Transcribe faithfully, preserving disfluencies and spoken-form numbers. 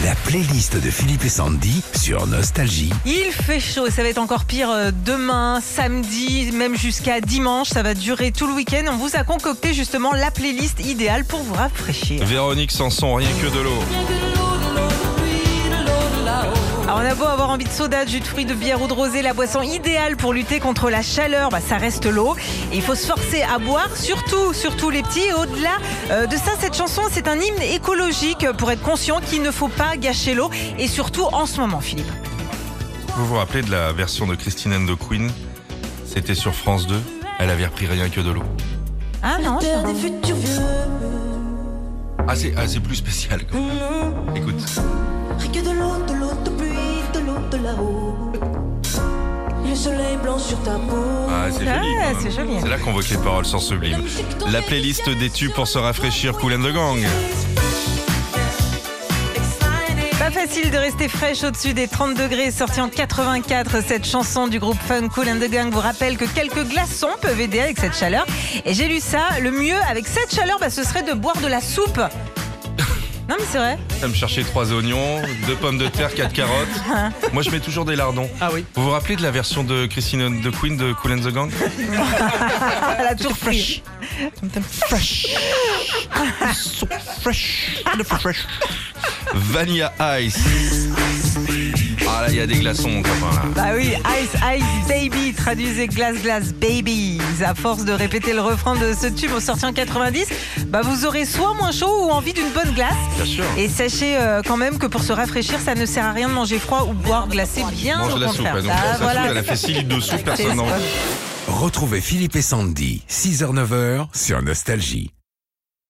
La playlist de Philippe et Sandy sur Nostalgie. Il fait chaud et ça va être encore pire demain, samedi, même jusqu'à dimanche. Ça va durer tout le week-end. On vous a concocté justement la playlist idéale pour vous rafraîchir. Véronique Sanson, rien que de l'eau. Alors on a beau avoir envie de soda, de jus de fruits, de bière ou de rosé, la boisson idéale pour lutter contre la chaleur, bah, ça reste l'eau. Et il faut se forcer à boire, surtout, surtout les petits. Et au-delà euh, de ça, cette chanson, c'est un hymne écologique pour être conscient qu'il ne faut pas gâcher l'eau. Et surtout en ce moment, Philippe. Vous vous rappelez de la version de Christine and the Queen? C'était sur France deux. Elle avait repris rien que de l'eau. Ah non, je... Ah c'est, ah, c'est plus spécial quand même. Écoute. Rien que de l'eau, de l'eau, de pluie, de l'eau de là-haut. Le soleil blanc sur ta peau. Ah, c'est joli. Ah, quand c'est même. joli. C'est là qu'on voit que les paroles sont sublimes. La playlist des tubes pour se rafraîchir, Kool and the Gang. Pas facile de rester fraîche au-dessus des trente degrés. Sortie en quatre-vingt-quatre, cette chanson du groupe Fun Kool and the Gang vous rappelle que quelques glaçons peuvent aider avec cette chaleur. Et j'ai lu ça, le mieux avec cette chaleur, bah, ce serait de boire de la soupe. Non mais c'est vrai. Ça me chercher trois oignons, deux pommes de terre, quatre carottes. Moi je mets toujours des lardons. Ah oui. Vous vous rappelez de la version de Christine and the Queen de Kool and the Gang? Elle a toujours pris. Fresh. So fresh. Fresh. Vanilla Ice. Ah là, il y a des glaçons, mon copain, là. Bah oui, Ice Ice Baby, traduisez glace glace babies. À force de répéter le refrain de ce tube sorti en quatre-vingt-dix, bah vous aurez soit moins chaud ou envie d'une bonne glace. Bien sûr. Et sachez euh, quand même que pour se rafraîchir, ça ne sert à rien de manger froid ou boire glacé, bien Mange au de la soupe, contraire. ouais, donc Ah, sa voilà. soupe, elle a fait six litres de soupe, personne n'en veut. Retrouvez Philippe et Sandy, six heures neuf heures sur Nostalgie.